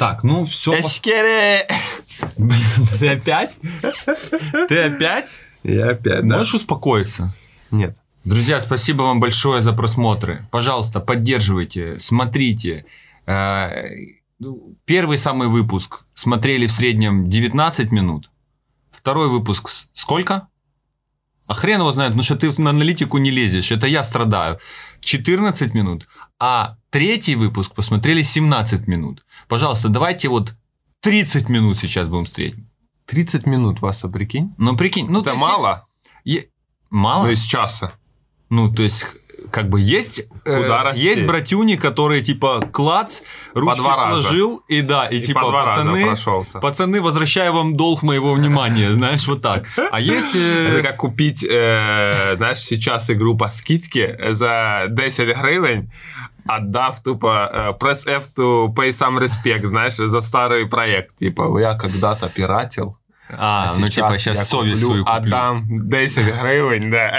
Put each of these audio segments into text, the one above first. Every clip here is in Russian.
Так, ну все. Эшкере! Ты опять? Я опять, да. Можешь успокоиться? Нет. Друзья, спасибо вам большое за просмотры. Пожалуйста, поддерживайте, смотрите. Первый самый выпуск смотрели в среднем 19 минут. Второй выпуск сколько? А хрен его знает, потому что ты на аналитику не лезешь. Это я страдаю. 14 минут. А третий выпуск посмотрели 17 минут. Пожалуйста, давайте вот 30 минут сейчас будем встретить. 30 минут, Васа, прикинь? Ну, прикинь. Ну, это мало? Мало? Ну, из часа. Ну, то есть, как бы есть братюни, которые типа клац, ручки сложил, и типа пацаны, возвращаю вам долг моего внимания, знаешь, вот так. А есть... Это как купить, знаешь, сейчас игру по скидке за 10 гривен, отдав тупо press F to pay some respect, знаешь, за старый проект. Типа, я когда-то пиратил, ну типа сейчас совесть свою куплю. Отдам 10 гривен, да.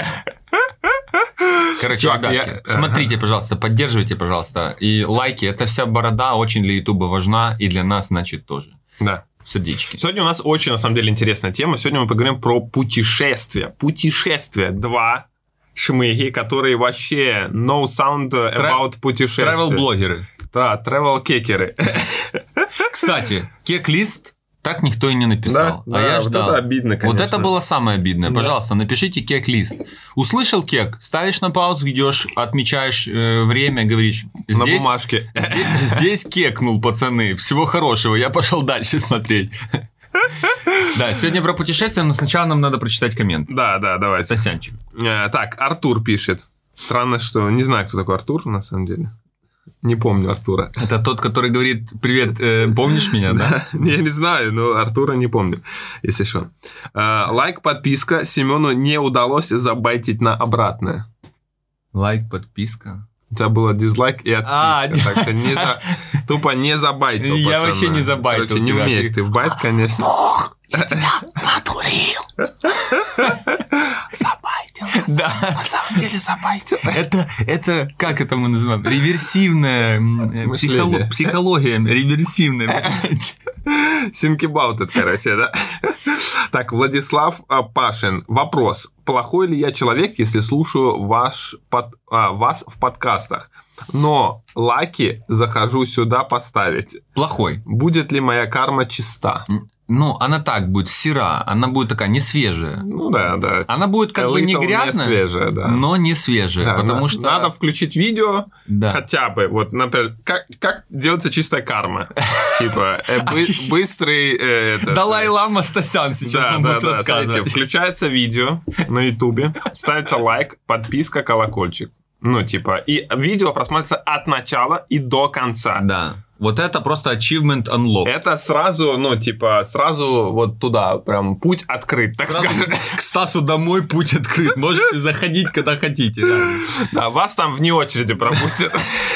Короче, ребятки, смотрите, пожалуйста, поддерживайте, пожалуйста. И лайки, это вся борода очень для Ютуба важна, и для нас, значит, тоже. Да. Сердечки. Сегодня у нас очень, на самом деле, интересная тема. Сегодня мы поговорим про путешествия. Путешествия. 2 шмыги, которые вообще no sound about путешествия. Travel-блогеры. Да, travel-кекеры. Кстати, кек-лист так никто и не написал. Да, я ждал. Это обидно, конечно. Вот это было самое обидное. Да. Пожалуйста, напишите кек-лист. Услышал кек, ставишь на паузу, идешь, отмечаешь время, говоришь. Здесь, на бумажке. Здесь кекнул, пацаны. Всего хорошего. Я пошел дальше смотреть. Да, сегодня про путешествия, но сначала нам надо прочитать коммент. Да, давайте. Стасянчик. Так, Артур пишет. Странно, что... Не знаю, кто такой Артур, на самом деле. Не помню Артура. Это тот, который говорит: привет, помнишь меня, да? Я не знаю, но Артура не помню, если что. Лайк, подписка. Семену не удалось забайтить на обратное. Лайк, подписка. У тебя было дизлайк и отписка. Так что тупо не забайтил, я вообще не забайтил. Короче, не умеешь ты в байт, конечно. Я тебя надурил. Забайтил. Да. На самом деле забайтил. Это как это мы называем? Реверсивная психология. Реверсивная. Think about it, короче, да? Так, Владислав Пашин. Вопрос. Плохой ли я человек, если слушаю вас в подкастах, но лайки захожу сюда поставить? Плохой. Будет ли моя карма чиста? Ну, она так будет сера, она будет такая не свежая. Ну да. Она будет как бы не грязная, не свежая, да. Но не свежая, да, потому что... Надо включить видео, хотя бы, вот, например, как делается чистая карма. Типа, быстрый... Далай-лама Стасян сейчас нам будет рассказывать. Включается видео на Ютубе, ставится лайк, подписка, колокольчик. Ну, типа, и видео просматривается от начала и до конца. Да. Вот это просто achievement unlock. Это сразу, сразу вот туда, прям путь открыт, так скажем. К Стасу домой путь открыт. Можете заходить, когда хотите. Да, вас там вне очереди пропустят.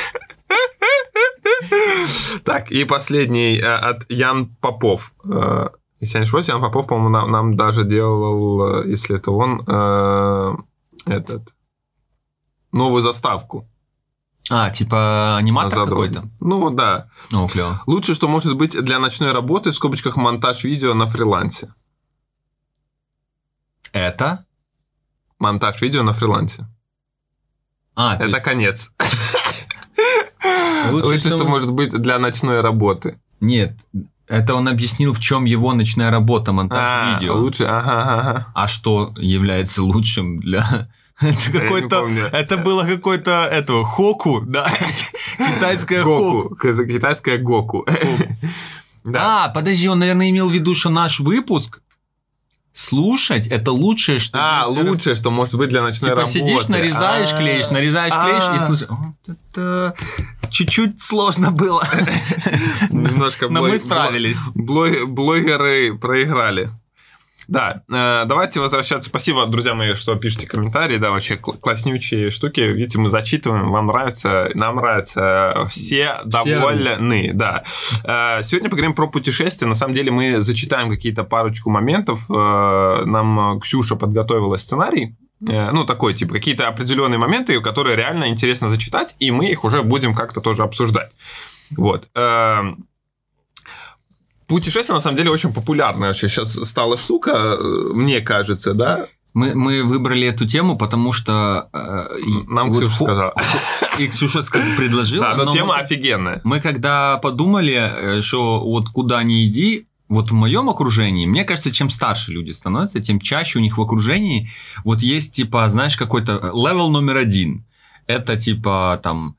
Так, и последний от Ян Попов. Если я не ошибаюсь, Ян Попов, по-моему, нам даже делал, если это он, новую заставку. Типа аниматор какой-то? Ну, да. Клево. Лучше, что может быть для ночной работы, в скобочках, монтаж видео на фрилансе. Это? Монтаж видео на фрилансе. Это конец. Лучше, что может быть для ночной работы. Нет, это он объяснил, в чем его ночная работа, монтаж видео. Лучше, А что является лучшим для... Это какой-то... Это было какой-то... Хоку, да? Китайская Хоку. Китайская Гоку. Подожди, он, наверное, имел в виду, что наш выпуск слушать — это лучшее, что... лучшее, что может быть для ночной работы. Сидишь, нарезаешь, клеишь и слушаешь. Это чуть-чуть сложно было. Немножко... Но мы справились. Блогеры проиграли. Да, давайте возвращаться. Спасибо, друзья мои, что пишете комментарии. Да, вообще класснючие штуки. Видите, мы зачитываем, вам нравится, нам нравится. Все довольны. Да. Сегодня поговорим про путешествия. На самом деле мы зачитаем какие-то парочку моментов. Нам Ксюша подготовила сценарий. Ну, такой, типа, какие-то определенные моменты, которые реально интересно зачитать, и мы их уже будем как-то тоже обсуждать. Вот. путешествие, на самом деле, очень популярная вообще сейчас стала штука, мне кажется, да? Мы выбрали эту тему, потому что... Нам Ксюша сказала. И Ксюша предложила. Да, но тема офигенная. Мы когда подумали, что вот куда ни иди, вот в моем окружении, мне кажется, чем старше люди становятся, тем чаще у них в окружении вот есть, типа, знаешь, какой-то левел номер 1. Это, типа, там,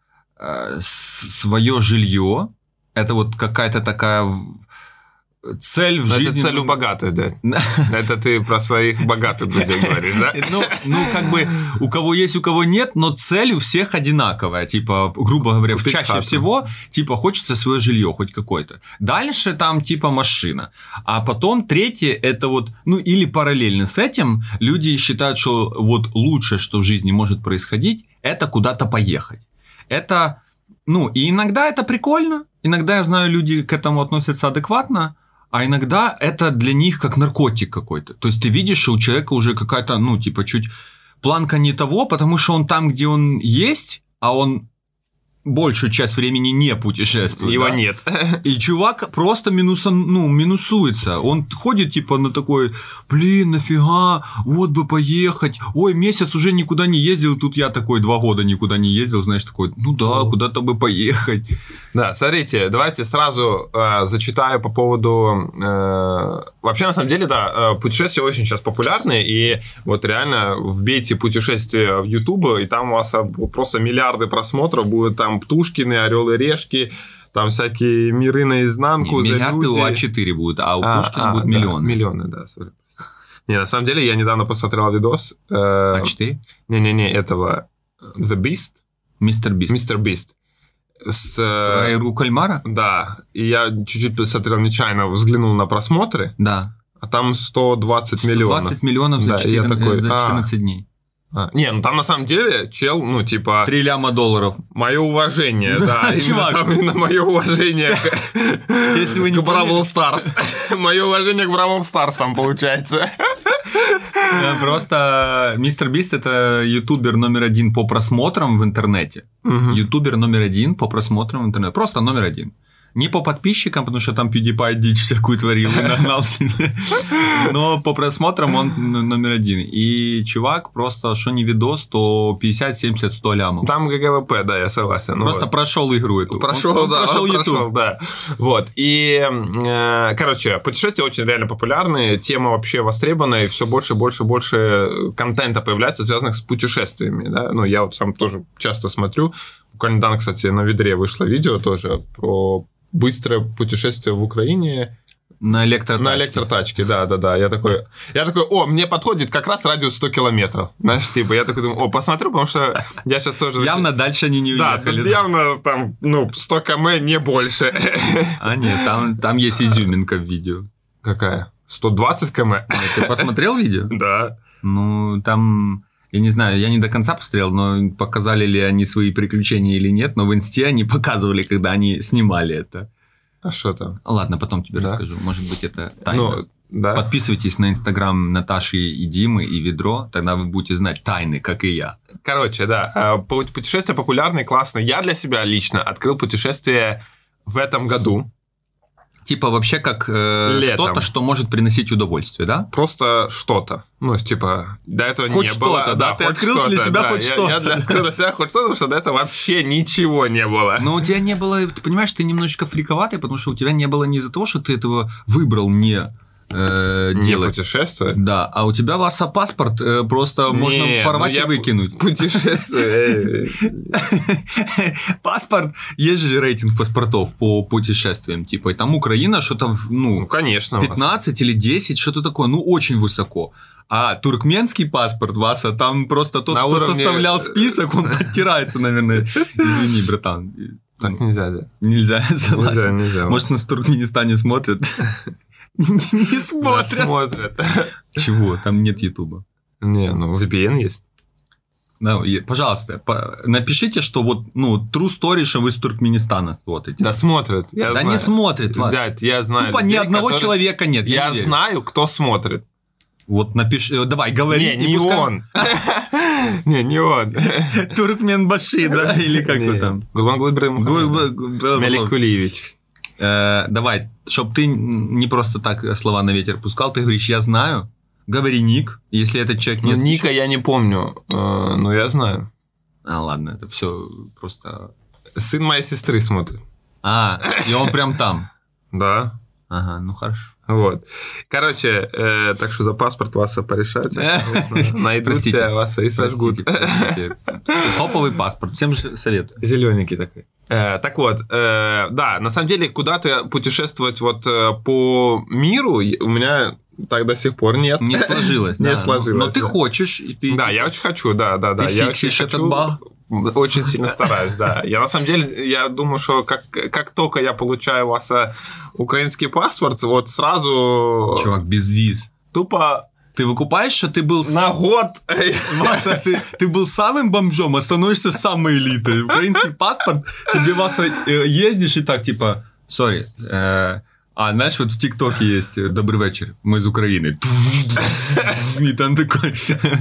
свое жилье. Это вот какая-то такая... цель в жизни. Это цель у богатых, да. Это ты про своих богатых друзей говоришь, да? Ну, как бы, у кого есть, у кого нет, но цель у всех одинаковая. Типа, грубо говоря, чаще всего, типа, хочется свое жилье хоть какое-то. Дальше там, типа, машина. А потом третье, это вот, ну, или параллельно с этим, люди считают, что вот лучшее, что в жизни может происходить, это куда-то поехать. Это, ну, и иногда это прикольно. Иногда, я знаю, люди к этому относятся адекватно. А иногда это для них как наркотик какой-то. То есть ты видишь, что у человека уже какая-то, ну, типа, чуть планка не того, потому что он там, где он есть, а он большую часть времени не путешествует. Его нет. И чувак просто минусуется. Он ходит, типа, на такой, блин, нафига, вот бы поехать. Ой, месяц уже никуда не ездил, тут я такой 2 года никуда не ездил, знаешь, такой, ну да, куда-то бы поехать. Да, смотрите, давайте сразу зачитаю по поводу... вообще, на самом деле, да, путешествия очень сейчас популярны, и вот реально вбейте путешествия в YouTube, и там у вас просто миллиарды просмотров будут, там Птушкины, Орел и Решки, там всякие миры наизнанку. Миллиарды у А4 будут, а у Птушкина будут миллионы. Да, миллионы, да. Не, на самом деле, я недавно посмотрел видос. А4? Не, этого The Beast. Mr. Beast. Mr. Beast. Про игру кальмара? Да. И я чуть-чуть посмотрел нечаянно, взглянул на просмотры. Да. А там 120 миллионов. 120 миллионов за 14 дней. Не, ну там на самом деле чел, ну типа... 3 ляма долларов. Мое уважение, да. Именно мое уважение к Бравл Старс. Мое уважение к Бравл Старс там получается. Просто Мистер Бист — это ютубер номер 1 по просмотрам в интернете. Ютубер номер 1 по просмотрам в интернете. Просто номер 1. Не по подписчикам, потому что там PewDiePie дичь всякую творил и нагнал себе. Но по просмотрам он номер 1. И чувак просто, что не видос, то 50, 70, 100 лямов. Там ГГВП, да, я согласен. Просто прошел игру эту. Прошел YouTube. Да. Вот. И, короче, путешествия очень реально популярны, тема вообще востребована, и все больше и больше контента появляется, связанных с путешествиями. Да? Ну, я вот сам тоже часто смотрю. Буквально недавно, кстати, на Ведре вышло видео тоже про быстрое путешествие в Украине. На электротачке. На электротачке, да. Я такой, о, мне подходит как раз радиус 100 километров. Знаешь, типа, я такой думаю, посмотрю, потому что я сейчас тоже... Явно дальше они не уехали. Да, явно там, 100 км, не больше. А нет, там есть изюминка в видео. Какая? 120 км? Ты посмотрел видео? Да. Ну, там... Я не знаю, я не до конца посмотрел, но показали ли они свои приключения или нет, но в инсте они показывали, когда они снимали это. А что там? Ладно, потом тебе расскажу. Может быть, это тайна. Ну, да. Подписывайтесь на инстаграм Наташи и Димы и Ведро, тогда вы будете знать тайны, как и я. Короче, да, путешествия популярные, классные. Я для себя лично открыл путешествие в этом году. Типа вообще как что-то, что может приносить удовольствие, да? Просто что-то. Ну, типа, до этого хоть не что-то, было. Да, ты открыл для себя хоть что-то. Я открыл для себя хоть что-то, потому что до этого вообще ничего не было. Но у тебя не было, ты понимаешь, ты немножечко фриковатый, потому что у тебя не было не из-за того, что ты этого выбрал не делать. Путешествие? Да, а у тебя паспорт просто можно порвать и выкинуть. Путешествие. Паспорт, есть же рейтинг паспортов по путешествиям, типа, и там Украина что-то, конечно, 15 или 10, что-то такое, очень высоко. А туркменский паспорт, Васа, там просто тот, кто составлял список, он подтирается, наверное. Извини, братан. Так нельзя, да? Нельзя, согласен. Нельзя. Может, нас в Туркменистане смотрят? Не смотрят. Чего? Там нет Ютуба. Не, VPN есть. Да, пожалуйста, напишите, что вот, true story, что вы с Туркменистана смотрите. Да смотрят. Да не смотрят вас. Дядь, я знаю. Тупо ни одного человека нет. Я знаю, кто смотрит. Вот напиши, давай, говори. Не он. Не он. Туркменбаши, да? Или как вы там? Гурбангулы Меликулиевич. Давай, чтобы ты не просто так слова на ветер пускал, ты говоришь, я знаю. Говори ник, если этот человек не... Ника я не помню, но я знаю. Ладно, это все просто... Сын моей сестры смотрит. И он прям там. Да. Ага, ну хорошо. Вот. Короче, так что за паспорт вас порешать. Найдут тебя, вас и сожгут. Топовый паспорт, всем же советую. Зелененький такой. Так вот, да, на самом деле, куда-то путешествовать вот по миру у меня так до сих пор нет. Не сложилось. Не сложилось. Но ты хочешь. И ты... Да, я очень хочу, да. Ты я фиксишь очень этот баг? Очень сильно стараюсь, да. Я на самом деле, я думаю, что как только я получаю у вас украинский паспорт, вот сразу... Чувак, без виз. Тупо... Ты выкупаешь, что ты был... На год! Васа, ты был самым бомжом, а становишься самой элитой. Украинский паспорт, тебе, Васа, ездишь и так, типа, сори, знаешь, вот в ТикТоке есть «Добрый вечер, мы из Украины». И там такой...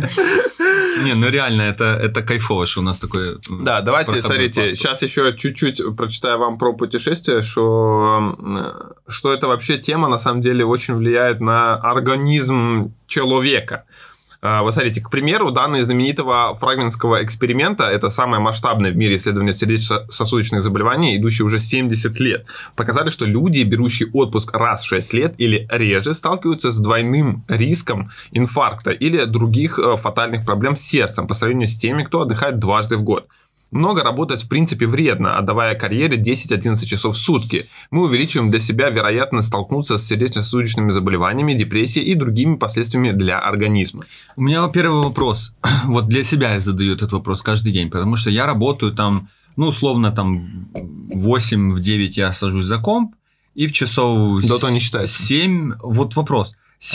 Не, ну реально, это кайфово, что у нас такое... Да, давайте, смотрите, сейчас еще чуть-чуть прочитаю вам про путешествия, что это вообще тема, на самом деле, очень влияет на организм человека. Вот смотрите, к примеру, данные знаменитого фрагментского эксперимента, это самое масштабное в мире исследование сердечно-сосудистых заболеваний, идущее уже 70 лет, показали, что люди, берущие отпуск раз в 6 лет или реже, сталкиваются с двойным риском инфаркта или других фатальных проблем с сердцем по сравнению с теми, кто отдыхает дважды в год. Много работать, в принципе, вредно, отдавая карьере 10-11 часов в сутки. Мы увеличиваем для себя вероятность столкнуться с сердечно-сосудистыми заболеваниями, депрессией и другими последствиями для организма. У меня первый вопрос. Вот для себя я задаю этот вопрос каждый день, потому что я работаю там, ну, условно, там 8-9 я сажусь за комп, и в часов 7... Вот вопрос.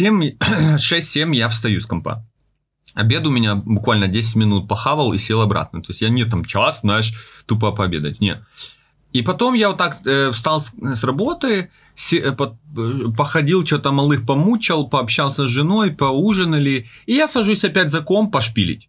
6-7 я встаю с компа. Обед у меня буквально 10 минут похавал и сел обратно. То есть я не там час, знаешь, тупо пообедать. Нет. И потом я вот так встал с работы, походил, что-то малых помучил, пообщался с женой, поужинали. И я сажусь опять за комп пошпилить.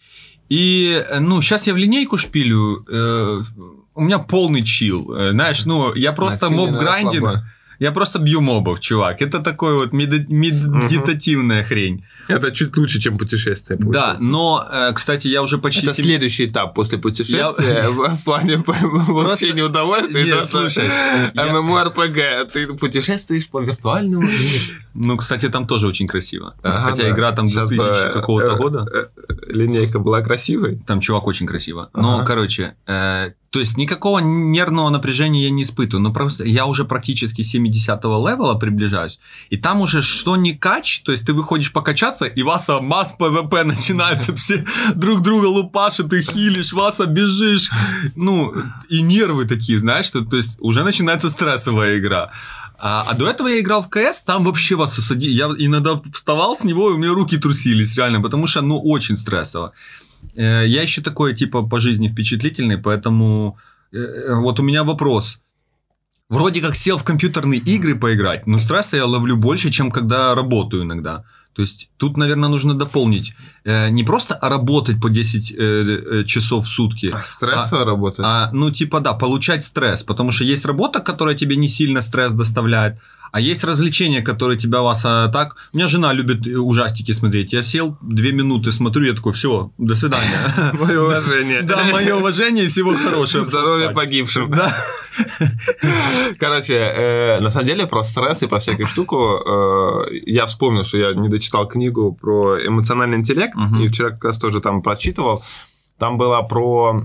И, ну, сейчас я в линейку шпилю, у меня полный чил. Знаешь, ну, я просто моб-грайндинг. Я просто бью мобов, чувак. Это такой вот медитативная хрень. Это чуть лучше, чем путешествие. Да, но, кстати, я уже почти... Это следующий этап после путешествия в плане получения удовольствия. Нет, слушай. ММО-РПГ. Ты путешествуешь по виртуальному миру. Ну, кстати, там тоже очень красиво. Хотя игра там 2000 какого-то года. Линейка была красивой. Там чувак очень красиво. Но, короче... То есть никакого нервного напряжения я не испытываю, но просто я уже практически 70-го левела приближаюсь, и там уже что ни кач, то есть ты выходишь покачаться, и Васа масс ПВП начинаются, все друг друга лупашат, ты хилишь, Васа бежишь, ну, и нервы такие, знаешь, то есть уже начинается стрессовая игра. А до этого я играл в КС, там вообще вас осадили, я иногда вставал с него, и у меня руки трусились, реально, потому что, ну, очень стрессово. Я еще такой, типа, по жизни впечатлительный, поэтому вот у меня вопрос. Вроде как сел в компьютерные игры поиграть, но стресса я ловлю больше, чем когда работаю иногда. То есть тут, наверное, нужно дополнить. Не просто работать по 10 часов в сутки. А стрессово работать? Ну, типа, да, получать стресс. Потому что есть работа, которая тебе не сильно стресс доставляет. А есть развлечения, которые тебя, Васа, так... У меня жена любит ужастики смотреть. Я сел 2 минуты, смотрю, я такой, все, до свидания. Мое уважение. Да, мое уважение и всего хорошего. Здоровья погибшим. Да. Короче, на самом деле про стресс и про всякую штуку я вспомнил, что я не дочитал книгу про эмоциональный интеллект, и вчера как раз тоже там прочитывал. Там было про...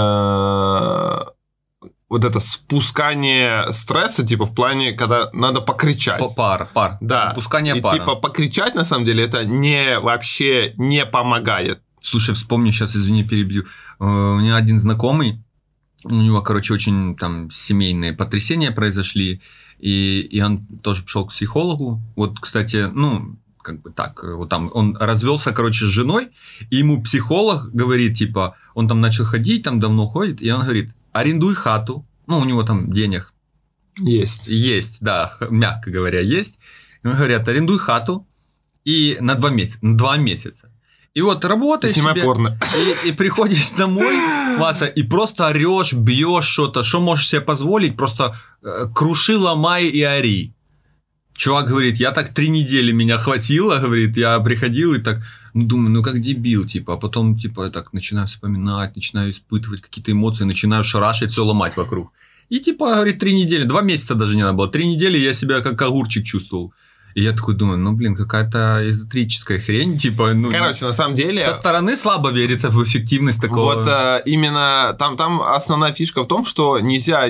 вот это спускание стресса, типа, в плане, когда надо покричать. Пар. Да. Спускание и пара. И, типа, покричать, на самом деле, это вообще не помогает. Слушай, вспомни, сейчас, извини, перебью. У меня один знакомый, у него, короче, очень там семейные потрясения произошли, и он тоже пришел к психологу. Вот, кстати, ну... как бы так, вот там он развелся, короче, с женой, и ему психолог говорит, типа, он там начал ходить, там давно ходит, и он говорит, арендуй хату, ну, у него там денег есть, да, мягко говоря, есть, и он говорит, арендуй хату и на 2 месяца, И вот работаешь себе, и приходишь домой, Вася, и просто орешь, бьешь что-то, что можешь себе позволить, просто круши, ломай и ори. Чувак говорит, я так 3 недели меня хватило, говорит, я приходил и так, думаю, как дебил, типа, а потом, типа, я так начинаю вспоминать, начинаю испытывать какие-то эмоции, начинаю шарашить, все ломать вокруг. И, типа, говорит, 3 недели, 2 месяца даже не надо было, 3 недели я себя как огурчик чувствовал. И я такой думаю, какая-то эзотерическая хрень, типа, Короче, на самом деле... Со стороны слабо верится в эффективность такого... Вот именно там основная фишка в том, что нельзя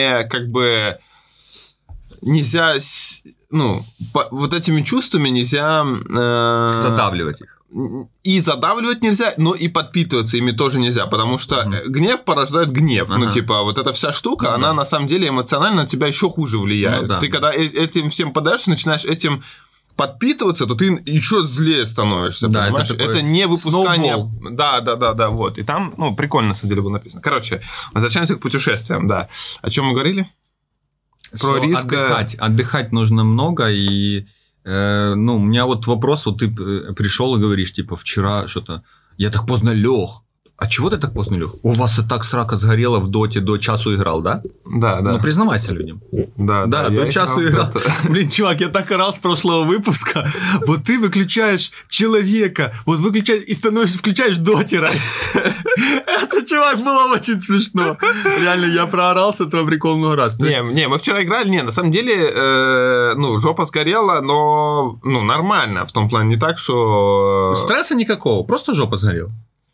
вот этими чувствами нельзя... задавливать их. И задавливать нельзя, но и подпитываться ими тоже нельзя, потому что гнев порождает гнев. Вот эта вся штука, она на самом деле эмоционально на тебя еще хуже влияет. Ты когда этим всем подаешься, начинаешь этим подпитываться, то ты еще злее становишься, понимаешь? Это не выпускание... Snowball. Да, вот. И там, прикольно, на самом деле, было написано. Короче, возвращаемся к путешествиям, да. О чем мы говорили? Про риск. Отдыхать нужно много, и... у меня вот вопрос, вот ты пришел и говоришь, типа, вчера что-то, я так поздно лег. А чего ты так поздно лег? У вас и так срака сгорела в доте, до часу играл, да? Да. Ну, признавайся людям. Да, до часу играл. Блин, чувак, я так орал с прошлого выпуска. Вот ты выключаешь человека, вот выключаешь и включаешь дотера. Это, чувак, было очень смешно. Реально, я проорался, этого прикол много раз. Не, мы вчера играли, на самом деле, жопа сгорела, но, нормально, в том плане не так, что... Стресса никакого, просто жопа сгорела.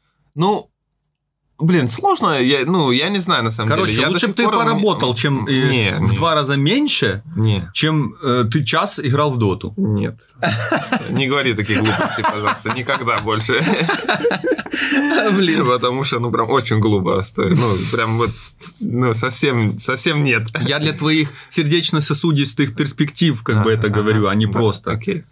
Блин, сложно, я не знаю, на самом деле. Короче, лучше бы ты поработал, чем в 2 раза меньше, чем ты час играл в доту. Нет. Не говори таких глупостей, пожалуйста, никогда больше. Блин, потому что, прям очень глупо. Прям вот, совсем нет. Я для твоих сердечно-сосудистых перспектив, это говорю, а не просто. Окей.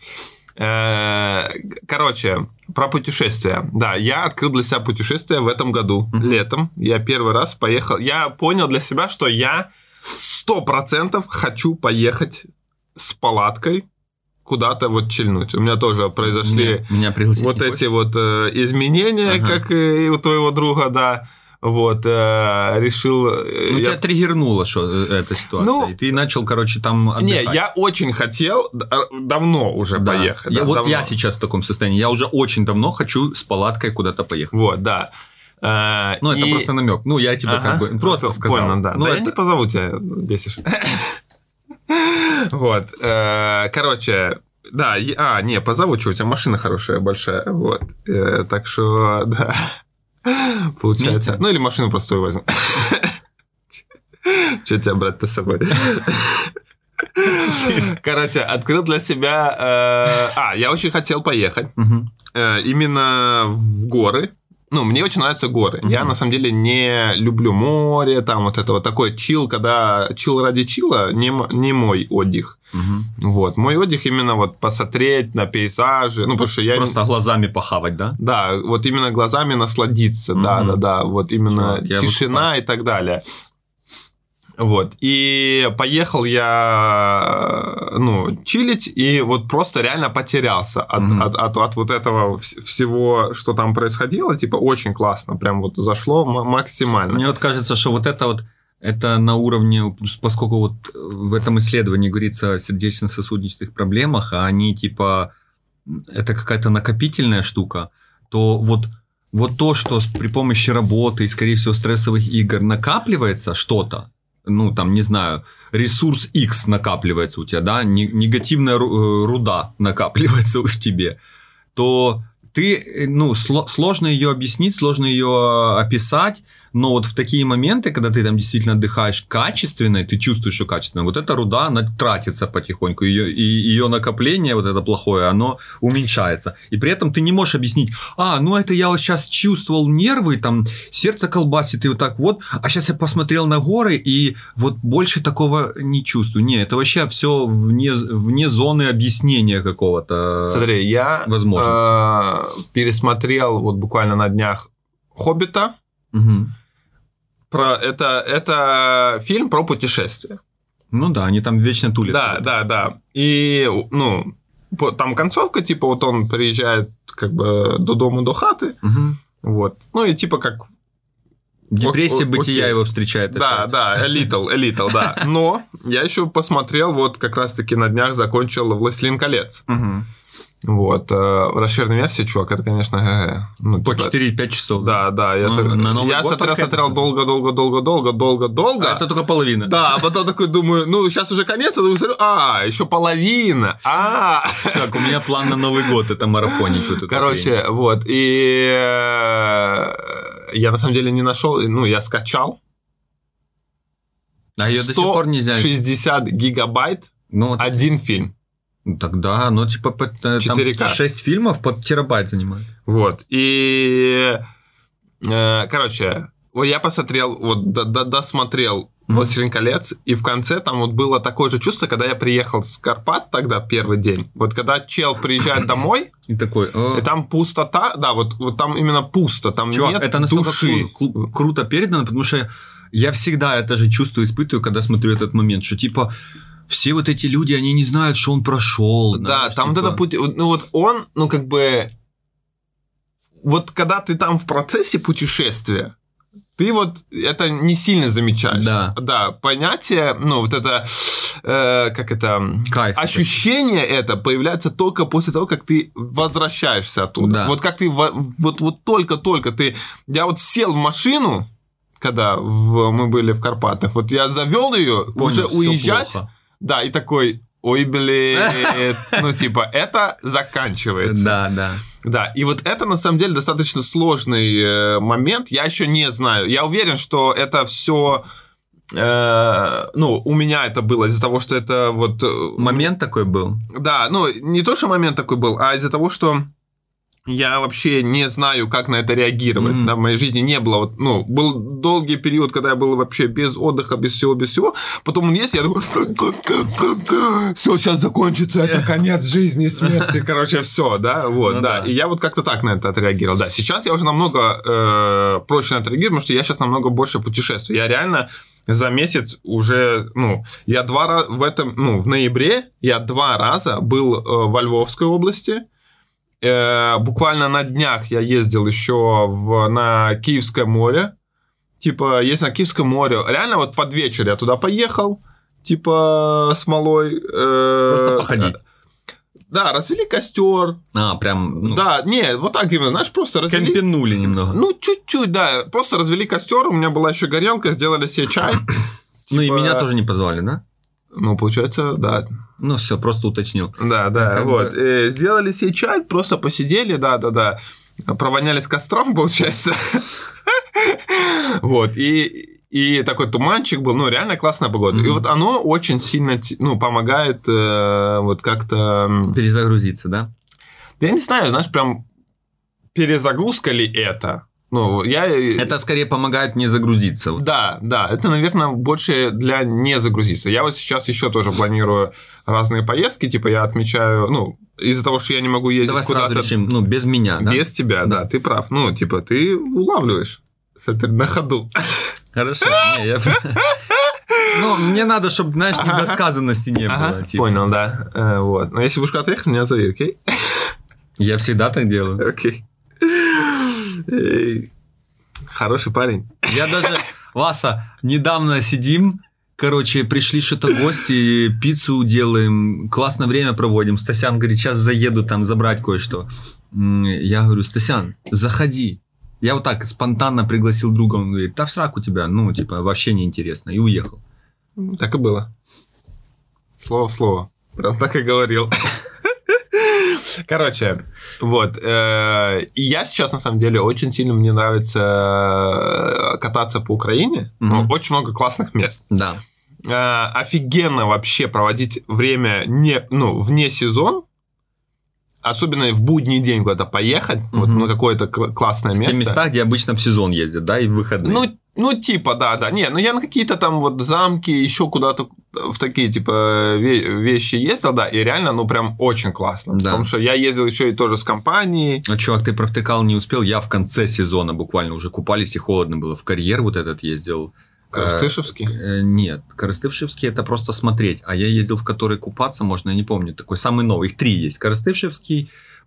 Короче, про путешествия. Да, я открыл для себя путешествие в этом году, летом. Я первый раз поехал. Я понял для себя, что я 100% хочу поехать с палаткой куда-то вот чильнуть. У меня тоже произошли вот эти вот изменения, как и у твоего друга, да. Вот, решил... тебя триггернуло, что эта ситуация, и ты начал, там отдыхать. Не, я очень хотел давно уже поехать. Я сейчас в таком состоянии, я уже очень давно хочу с палаткой куда-то поехать. Вот, да. Это просто намек. Я тебе просто сказал. Понял, да. Я не позову тебя, бесишь. Вот, короче... Да, позову, что у тебя машина хорошая, большая, вот. Так что, да... Получается. Или машину просто возьму. Че тебя брать-то с собой? Короче, открыл для себя... я очень хотел поехать именно в горы. Мне очень нравятся горы. Я, на самом деле, не люблю море, там вот это вот такой чил, когда чил ради чила, не мой отдых. Вот. Мой отдых именно вот посмотреть на пейзажи. Потому что я... Просто глазами похавать, да? Да, вот именно глазами насладиться, да. Вот именно тишина и так далее. Вот. И поехал я, чилить, и вот просто реально потерялся от вот этого всего, что там происходило. Типа, очень классно. Прям вот зашло максимально. Мне вот кажется, что вот это на уровне, поскольку вот в этом исследовании говорится о сердечно-сосудистых проблемах, а они типа, это какая-то накопительная штука, то вот то, что при помощи работы и, скорее всего, стрессовых игр накапливается что-то, не знаю, ресурс X накапливается у тебя, да, негативная руда накапливается в тебе, то ты, сложно ее объяснить, сложно ее описать, но вот в такие моменты, когда ты там действительно отдыхаешь качественно, и ты чувствуешь, что качественно, вот эта руда, она тратится потихоньку, ее накопление, вот это плохое, оно уменьшается. И при этом ты не можешь объяснить, это я вот сейчас чувствовал нервы, там, сердце колбасит, и вот так вот, а сейчас я посмотрел на горы, и вот больше такого не чувствую. Не, это вообще все вне зоны объяснения какого-то. Смотри, я пересмотрел вот буквально на днях «Хоббита». Это фильм про путешествие. Да, они там вечно тулят. Да. И, там концовка, типа, вот он приезжает как бы до дома, до хаты. Вот. И типа как Депрессия бытия его встречает. Да, Элитл, да. Но я еще посмотрел, вот как раз-таки на днях закончил «Властелин колец». Вот, расширенная версия, чувак, это, конечно, ну, по 4-5 часов. Да. Я смотрел долго. А это только половина. Да, а потом такой думаю, ну, сейчас уже конец, а думаю, еще половина. Так, у меня план на Новый год, это марафонить. Вот короче, вот, и я на самом деле не нашел, ну, я скачал. А ее до сих пор нельзя. 60 гигабайт, один фильм. Тогда, ну, типа, там 6 фильмов под терабайт занимает. Вот, и, короче, вот я посмотрел, вот, досмотрел «Властелин колец», и в конце там вот было такое же чувство, когда я приехал с Карпат тогда, первый день, вот когда чел приезжает домой, и такой, и там пустота, да, вот там именно пусто, там чувак, нет это настолько души. Круто передано, потому что я всегда это же чувство испытываю, когда смотрю этот момент, что, типа, все вот эти люди, они не знают, что он прошел. Да, знаешь, там типа... вот это путь, ну вот он, ну как бы, вот когда ты там в процессе путешествия, ты вот это не сильно замечаешь. Да, понятие, ну вот это, как это, кайф, ощущение это появляется только после того, как ты возвращаешься оттуда. Да. Вот как ты, вот только ты, я вот сел в машину, когда мы были в Карпатах, вот я завел ее, уже уезжать. Плохо. Да, и такой, ой, блин, ну, типа, это заканчивается. Да, и вот это, на самом деле, достаточно сложный момент, я еще не знаю. Я уверен, что это все, ну, у меня это было из-за того, что это вот... Момент такой был? Да, ну, не то, что момент такой был, а из-за того, что... Я вообще не знаю, как на это реагировать. Да, в моей жизни не было. Вот, ну, был долгий период, когда я был вообще без отдыха, без всего. Потом он есть, я думаю, все, сейчас закончится, это конец жизни, смерти. Короче, все, да, вот, ну, да. И я вот как-то так на это отреагировал. Да, сейчас я уже намного проще на это реагирую, потому что я сейчас намного больше путешествую. Я реально за месяц уже, ну, я 2 раза в ноябре я 2 раза был во Львовской области. Буквально на днях я ездил еще на Киевское море. Типа, есть на Киевском море. Реально, вот под вечер я туда поехал, типа, с малой. Просто походить. Да, развели костер. Прям. Ну, да, не, вот так именно, знаешь, просто развели. Кемпинули немного. Ну, чуть-чуть, да. Просто развели костер, у меня была еще горелка, сделали себе чай. Ну, и меня тоже не позвали, да? Ну, получается, да. Ну, все, просто уточнил. Да, вот. Сделали себе чай, просто посидели, да. Провонялись костром, получается. Вот. И такой туманчик был, ну, реально классная погода. И вот оно очень сильно, ну, помогает вот как-то... Перезагрузиться, да? Я не знаю, знаешь, прям перезагрузка ли это? Ну, это скорее помогает не загрузиться. Да, это, наверное, больше для не загрузиться. Я вот сейчас еще тоже планирую разные поездки, типа я отмечаю, ну, из-за того, что я не могу ездить давай куда-то... Давай сразу решим, ну, без меня, да? Без тебя, да, ты прав. Ну, типа, ты улавливаешь на ходу. Хорошо, ну, мне надо, чтобы, знаешь, недосказанности не было. Понял, да. Вот. Но если будешь куда-то ехать, меня зови, окей? Я всегда так делаю. Окей. Хороший парень. Я даже, Васа, недавно сидим, короче, пришли что-то гости, пиццу делаем, классное время проводим. Стасян говорит, сейчас заеду там забрать кое-что. Я говорю, Стасян, заходи. Я вот так спонтанно пригласил друга, он говорит, да в сраку тебя, ну, типа, вообще неинтересно, и уехал. Так и было. Слово в слово. Прям так и говорил. Короче, вот. И я сейчас, на самом деле, очень сильно мне нравится кататься по Украине. Очень много классных мест. Да. Офигенно вообще проводить время вне сезон. Особенно в будний день куда-то поехать, вот на какое-то классное место. В те места, где обычно в сезон ездят, да, и в выходные. Ну, типа, да. Не, ну я на какие-то там вот замки, еще куда-то в такие, типа, вещи ездил, да, и реально, ну, прям очень классно. Да. Потому что я ездил еще и тоже с компанией. А, чувак, ты провтыкал, не успел, я в конце сезона буквально уже купались, и холодно было. В карьер вот этот ездил. Коростышевский? Нет, Коростышевский это просто смотреть, а я ездил в который купаться можно, я не помню, такой самый новый, их 3 есть, Коростышевский,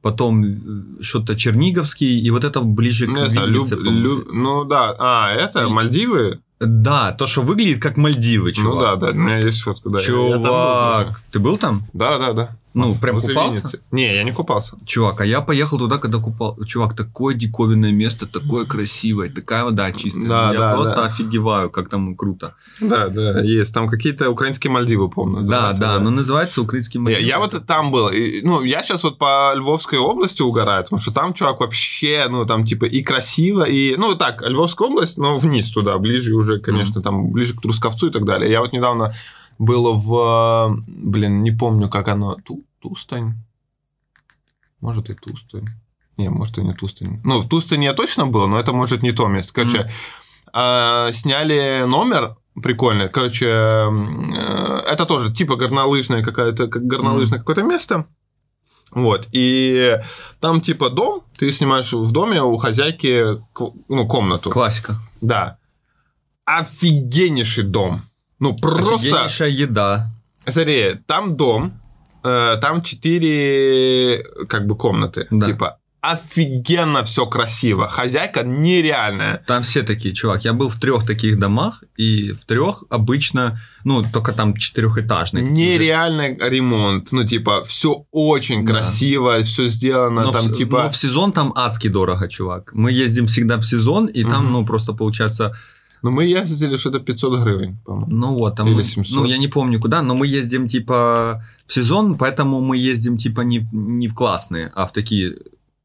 потом что-то Черниговский, и вот это ближе к Виннице. Ну да, это Мальдивы? Да, то, что выглядит как Мальдивы, чувак. Ну да, у меня есть фотка, да. Чувак, ты был там? Да. Ну, прям купался? Не, я не купался. Чувак, а я поехал туда, когда купался. Чувак, такое диковинное место, такое красивое, такая вода чистая. Я просто офигеваю, как там круто. Да, есть. Там какие-то украинские Мальдивы, по-моему, называются. Да, но называется украинские Мальдивы. Я вот там был. Ну, я сейчас вот по Львовской области угораю, потому что там, чувак, вообще, ну, там, типа, и красиво, и... Ну, так, Львовская область, но вниз туда, ближе уже, конечно, там, ближе к Трускавцу и так далее. Я вот недавно... Было в... не помню, как оно... Тустань? Может, и Тустань. Не, может, и не Тустань. Ну, в Тустане я точно был, но это, может, не то место. Короче, сняли номер прикольный. Короче, это тоже типа горнолыжное какое-то место. Вот. И там типа дом. Ты снимаешь в доме у хозяйки комнату. Классика. Да. Офигеннейший дом. Ну, просто... Офигеннейшая еда. Смотри, там дом, там 4 как бы комнаты. Да. Типа, офигенно все красиво. Хозяйка нереальная. Там все такие, чувак. Я был в 3 таких домах, и в 3 обычно, ну, только там 4-этажные. Нереальный ремонт. Ну, типа, все очень красиво, все сделано. Но в сезон там адски дорого, чувак. Мы ездим всегда в сезон, и там, ну, просто получается... Ну, мы ездили что-то 500 гривен, по-моему. Ну, вот, там... Или 700. Ну, я не помню куда, но мы ездим, типа, в сезон, поэтому мы ездим, типа, не в классные, а в такие...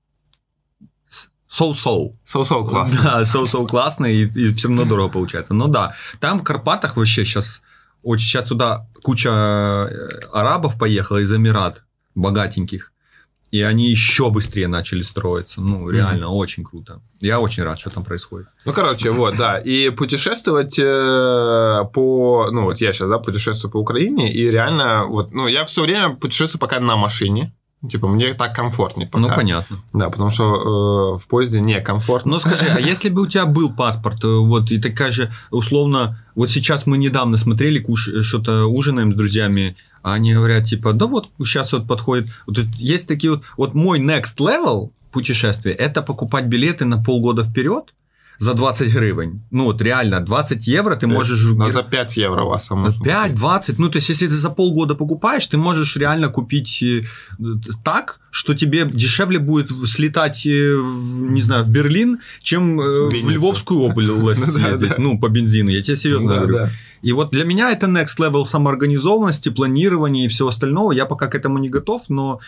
So-so. So-so классные. Да, so-so классные, и все равно дорого получается. Ну, да. Там в Карпатах вообще сейчас туда куча арабов поехала из Эмират, богатеньких. И они еще быстрее начали строиться. Ну, реально, очень круто. Я очень рад, что там происходит. Ну, короче, вот, да. И путешествовать по... Ну, вот я сейчас, да, путешествую по Украине, и реально, вот, ну, я все время путешествую пока на машине. Типа, мне так комфортнее пока. Ну, понятно. Да, потому что в поезде некомфортно. Ну, скажи, а если бы у тебя был паспорт, вот, и такая же, условно, вот сейчас мы недавно смотрели, что-то ужинаем с друзьями, а они говорят, типа, да вот, сейчас вот подходит, вот, есть такие вот мой next level путешествия, это покупать билеты на полгода вперед за 20 гривен. Ну, вот реально, 20 евро ты можешь... Но за 5 евро у вас можно. 5-20. Ну, то есть, если ты за полгода покупаешь, ты можешь реально купить так, что тебе дешевле будет слетать, не знаю, в Берлин, чем в Львовскую область съездить. Ну, по бензину, я тебе серьезно говорю. И вот для меня это next level самоорганизованности, планирования и всего остального. Я пока к этому не готов, но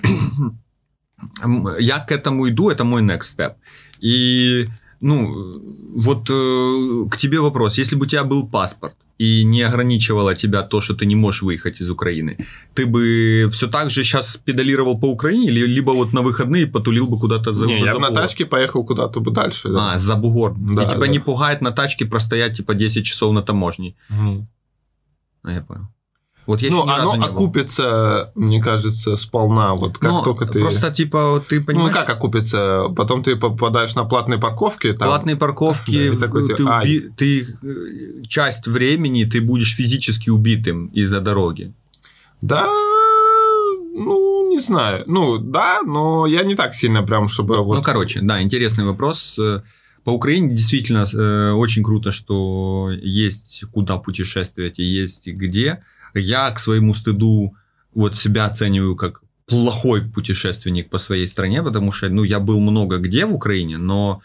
я к этому иду, это мой next step. И... Ну, вот к тебе вопрос. Если бы у тебя был паспорт и не ограничивало тебя то, что ты не можешь выехать из Украины, ты бы все так же сейчас педалировал по Украине, либо вот на выходные потулил бы куда-то за бугор? Не, я бы на тачке поехал куда-то бы дальше. Да. За бугор. Да, и тебя не пугает на тачке простоять типа 10 часов на таможне. Я понял. Вот я оно окупится, мне кажется, сполна, вот как только ты... Просто, типа, вот ты понимаешь... Ну, как окупится? Потом ты попадаешь на платные парковки. Там... Платные парковки, да, ты часть времени ты будешь физически убитым из-за дороги. Да, ну, не знаю. Ну, да, но я не так сильно прям, чтобы... Вот... Ну, короче, да, интересный вопрос. По Украине действительно очень круто, что есть куда путешествовать и есть где... Я, к своему стыду, вот себя оцениваю как плохой путешественник по своей стране, потому что, ну, я был много где в Украине, но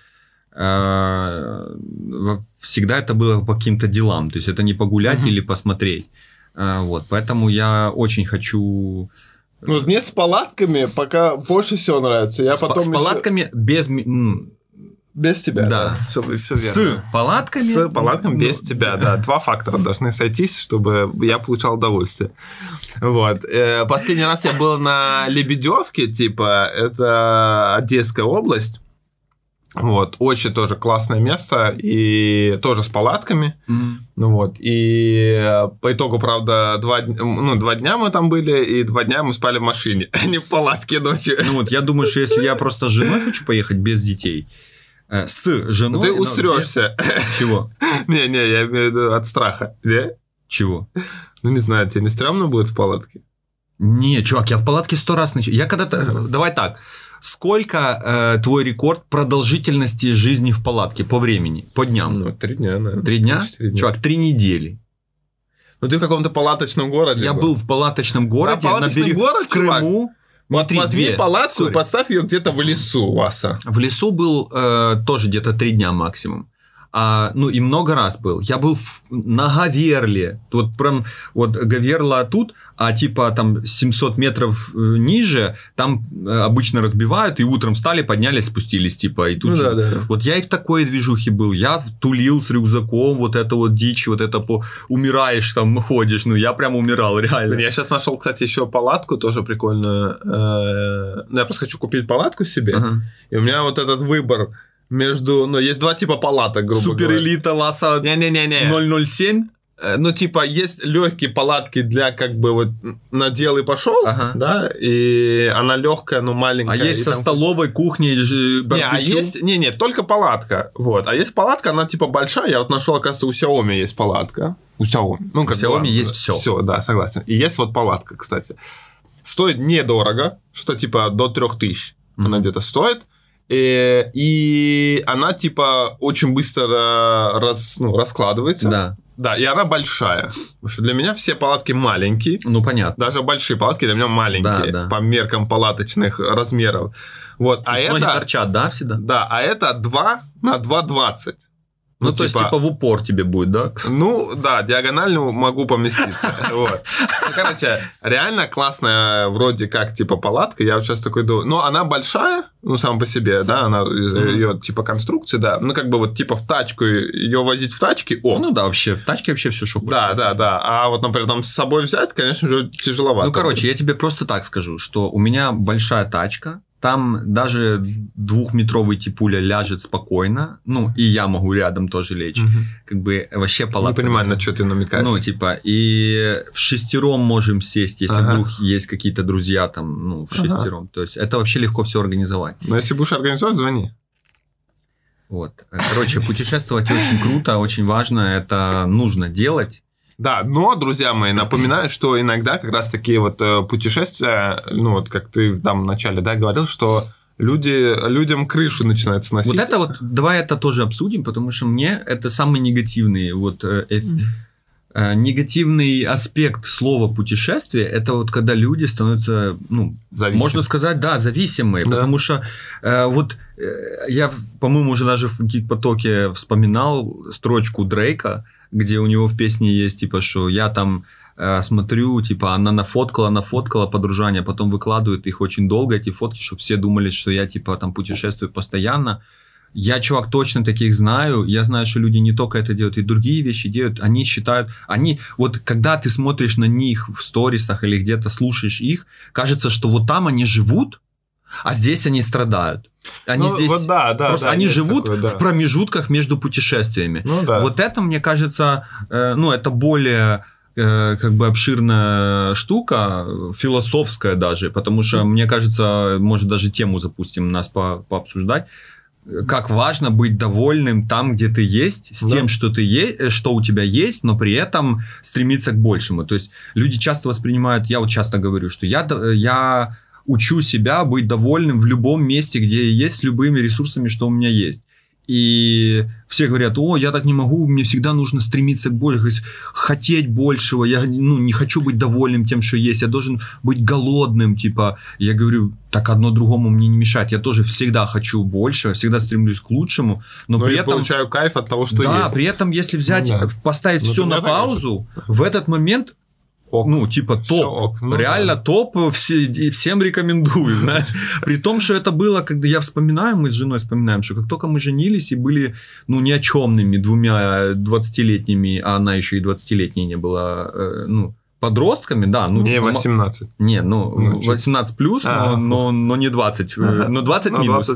всегда это было по каким-то делам, то есть это не погулять или посмотреть. Вот, поэтому я очень хочу... Ну, мне с палатками пока больше всего нравится. Я потом с палатками без тебя, да. Все верно. С палатками? С палатками без тебя, да. 2 фактора должны сойтись, чтобы я получал удовольствие. Вот. Последний раз я был на Лебедевке, типа, это Одесская область. Вот. Очень тоже классное место, и тоже с палатками. Ну, вот. И по итогу, правда, 2 дня мы там были, и 2 дня мы спали в машине, а не в палатке ночью. Ну, вот я думаю, что если я просто с женой хочу поехать без детей... С женой... Ты усрёшься. Чего? Не, я имею в виду от страха. Не? Чего? Ну, не знаю, тебе не стрёмно будет в палатке? Не, чувак, я в палатке 100 раз ночевал. Я когда-то... Давай так. Сколько твой рекорд продолжительности жизни в палатке по времени, по дням? Ну, 3 дня, наверное. 3 дня? 4 дня. Чувак, 3 недели. Ну, ты в каком-то палаточном городе Я был в палаточном городе, Да, палаточный город, в Крыму. Вот возьми палатку и поставь ее где-то в лесу, Васа. В лесу был тоже где-то 3 дня максимум. Ну, и много раз был. Я был на Говерле. Вот прям вот Говерла тут, а типа там 700 метров ниже, там обычно разбивают, и утром встали, поднялись, спустились, типа, и тут ну, же. Да. Вот я и в такой движухе был. Я тулил с рюкзаком, вот это вот дичь, вот это умираешь там, ходишь. Ну, я прям умирал, реально. Я сейчас нашел, кстати, еще палатку, тоже прикольную. Я просто хочу купить палатку себе, и у меня вот этот выбор между... Ну, есть 2 типа палаток, грубо говоря. Суперэлита Ласа 007? Ну, типа, есть легкие палатки для, как бы, вот, надел и пошел, да, и она легкая, но маленькая. А есть со столовой, кухней, барбекю? Не, только палатка, вот. А есть палатка, она, типа, большая. Я вот нашел, оказывается, у Xiaomi есть палатка. У Xiaomi. Ну, как у Xiaomi есть все. Все, да, согласен. И есть вот палатка, кстати. Стоит недорого, что, типа, до 3000 она где-то стоит. И она, типа, очень быстро раскладывается. Да. Да, и она большая. Потому что для меня все палатки маленькие. Ну, понятно. Даже большие палатки для меня маленькие. По меркам палаточных размеров. Вот. А ноги это... торчат, да, всегда? Да, а это 2 на 2,20. Ну, то есть, типа, в упор тебе будет, да? Ну, да, диагонально могу поместиться. Вот. Короче, реально классная вроде как, типа, палатка. Я вот сейчас такой думаю... Ну, она большая, ну, сама по себе, да, она ее, типа, конструкции, да. Ну, как бы вот, типа, в тачку, ее возить в тачке, Ну, да, вообще, в тачке вообще все шо хочешь. Да. А вот, например, там с собой взять, конечно же, тяжеловато. Ну, короче, я тебе просто так скажу, что у меня большая тачка, там даже 2-метровый типуля ляжет спокойно, ну, и я могу рядом тоже лечь. Как бы вообще палатка. Не понимаю, на что ты намекаешь. Ну, типа, и в 6 можем сесть, если вдруг есть какие-то друзья там, ну, в 6. То есть, это вообще легко все организовать. Но если будешь организовать, звони. Вот. Короче, путешествовать очень круто, очень важно, это нужно делать. Да, но, друзья мои, напоминаю, что иногда как раз такие вот путешествия, ну вот как ты там вначале, да, говорил, что людям крышу начинает сносить. Вот это вот, давай это тоже обсудим, потому что мне это самый негативный вот негативный аспект слова путешествие, это вот когда люди становятся, ну, можно сказать, да, зависимые, потому что вот я, по-моему, уже даже в Гик-потоке вспоминал строчку Дрейка, где у него в песне есть, типа, что я там смотрю, типа, она нафоткала подружания, потом выкладывает их очень долго, эти фотки, чтобы все думали, что я, типа, там путешествую постоянно. Я, чувак, точно таких знаю. Я знаю, что люди не только это делают, и другие вещи делают. Они считают... Вот когда ты смотришь на них в сторисах или где-то слушаешь их, кажется, что вот там они живут, а здесь они страдают. Они здесь... Вот просто они живут такое, в промежутках между путешествиями. Вот это, мне кажется, это более... как бы обширная штука, философская даже, потому что, мне кажется, может, даже тему запустим нас пообсуждать. Как важно быть довольным там, где ты есть, с тем, что у тебя есть, но при этом стремиться к большему. То есть люди часто воспринимают, я вот часто говорю, что я учу себя быть довольным в любом месте, где я есть, с любыми ресурсами, что у меня есть. И все говорят, я так не могу, мне всегда нужно стремиться к большему, хотеть большего, я не хочу быть довольным тем, что есть, я должен быть голодным, типа, я говорю, так одно другому мне не мешает, я тоже всегда хочу большего, всегда стремлюсь к лучшему, но при этом... получаю кайф от того, что есть. Да, при этом, если взять, поставить все на паузу, в этот момент... топ. Реально топ, всем рекомендую, знаешь. При том, что это было, когда я вспоминаю, мы с женой вспоминаем, что как только мы женились и были, ни о чемными 2 20-летними, а она еще и 20-летней не была, подростками, да. Не 18. 18 плюс, но не 20. Но 20 минус.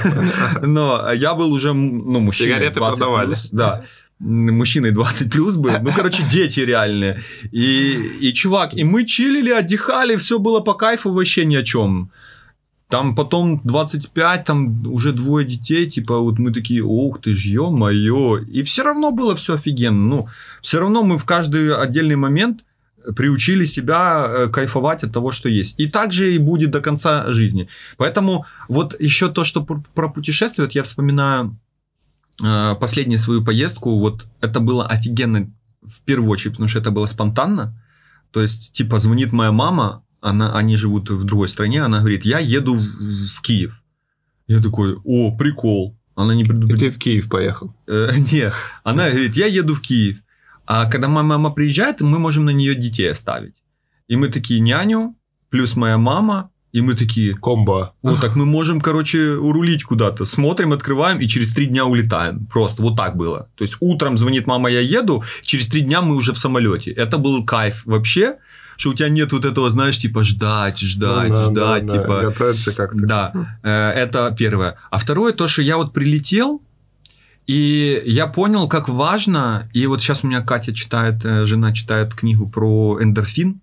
Но я был уже, мужчиной. Сигареты продавали. Да. Мужчиной 20 плюс был, дети реальные. И чувак, и мы чилили, отдыхали, все было по кайфу, вообще ни о чем. Там потом 25, там уже 2 детей, типа, вот мы такие, ох ты ж, ё-моё. И все равно было все офигенно. Все равно мы в каждый отдельный момент приучили себя кайфовать от того, что есть. И так же и будет до конца жизни. Поэтому вот еще то, что про путешествия, вот я вспоминаю последнюю свою поездку, вот это было офигенно в первую очередь, потому что это было спонтанно. То есть, типа, звонит моя мама, они живут в другой стране, она говорит, я еду в Киев. Я такой, о, прикол. Она не предупредила. И ты в Киев поехал? Нет, она говорит, я еду в Киев. А когда моя мама приезжает, мы можем на нее детей оставить. И мы такие, няню, плюс моя мама, и мы такие... Комбо. О, так мы можем, короче, урулить куда-то. Смотрим, открываем, и через 3 дня улетаем. Просто вот так было. То есть, утром звонит мама, я еду, через 3 дня мы уже в самолете. Это был кайф вообще, что у тебя нет вот этого, знаешь, типа, ждать, типа... Готовиться как-то. Да, это первое. А второе, то, что я вот прилетел, и я понял, как важно, и вот сейчас у меня Катя читает, жена читает книгу про эндорфин.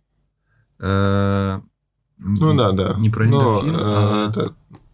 Ну да. Не про эндорфин,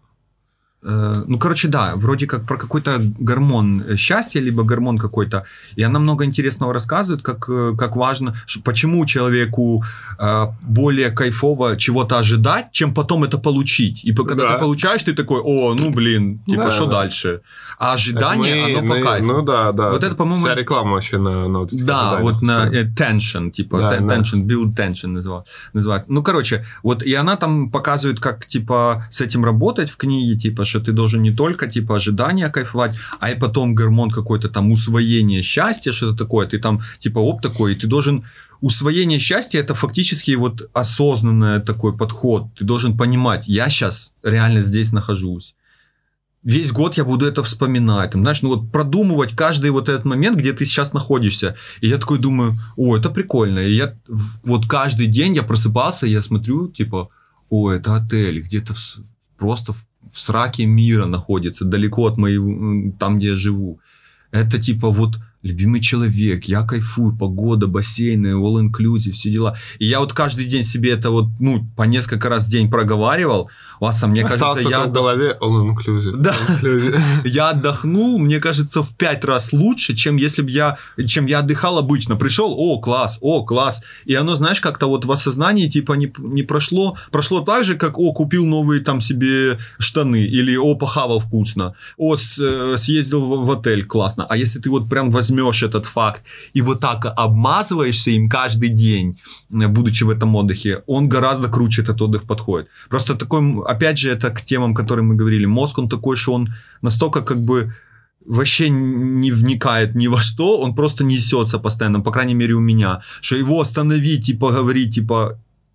ну, короче, да, вроде как про какой-то гормон счастья, либо гормон какой-то. И она много интересного рассказывает, как важно, почему человеку более кайфово чего-то ожидать, чем потом это получить. И когда ты получаешь, ты такой, о, ну, блин, типа, что дальше? А ожидание, оно по кайфу. Ну, да. Вот это, по-моему... Вся реклама вообще на да, вот на tension, типа, tension, build tension называют. Ну, короче, вот, и она там показывает, как, типа, с этим работать в книге, типа, что ты должен не только, типа, ожидания кайфовать, а и потом гормон какой-то там усвоение счастья, что-то такое, ты там, типа, оп, такой, и ты должен... Усвоение счастья – это фактически вот осознанный такой подход. Ты должен понимать, я сейчас реально здесь нахожусь. Весь год я буду это вспоминать. Там, знаешь, ну вот продумывать каждый вот этот момент, где ты сейчас находишься. И я такой думаю, о, это прикольно. И я вот каждый день я просыпался, и я смотрю, типа, о, это отель, где-то просто в сраке мира находится, далеко от моего, там, где я живу. Это типа вот любимый человек, я кайфую, погода, бассейны, all-inclusive, все дела. И я вот каждый день себе это вот, ну, по несколько раз в день проговаривал. Васа, мне кажется, я... в голове all-inclusive. Да, я отдохнул, мне кажется, в 5 раз лучше, чем если бы я отдыхал обычно. Пришел, о, класс. И оно, знаешь, как-то вот в осознании, типа, не прошло. Прошло так же, как, о, купил новые там себе штаны, или, о, похавал вкусно, о, съездил в отель, классно. А если ты вот прям возьмешь этот факт и вот так обмазываешься им каждый день, будучи в этом отдыхе, он гораздо круче, этот отдых подходит. Просто такой, опять же, это к темам, о которых мы говорили. Мозг, он такой, что он настолько как бы вообще не вникает ни во что, он просто несется постоянно, по крайней мере у меня, что его остановить, типа, говорить, типа,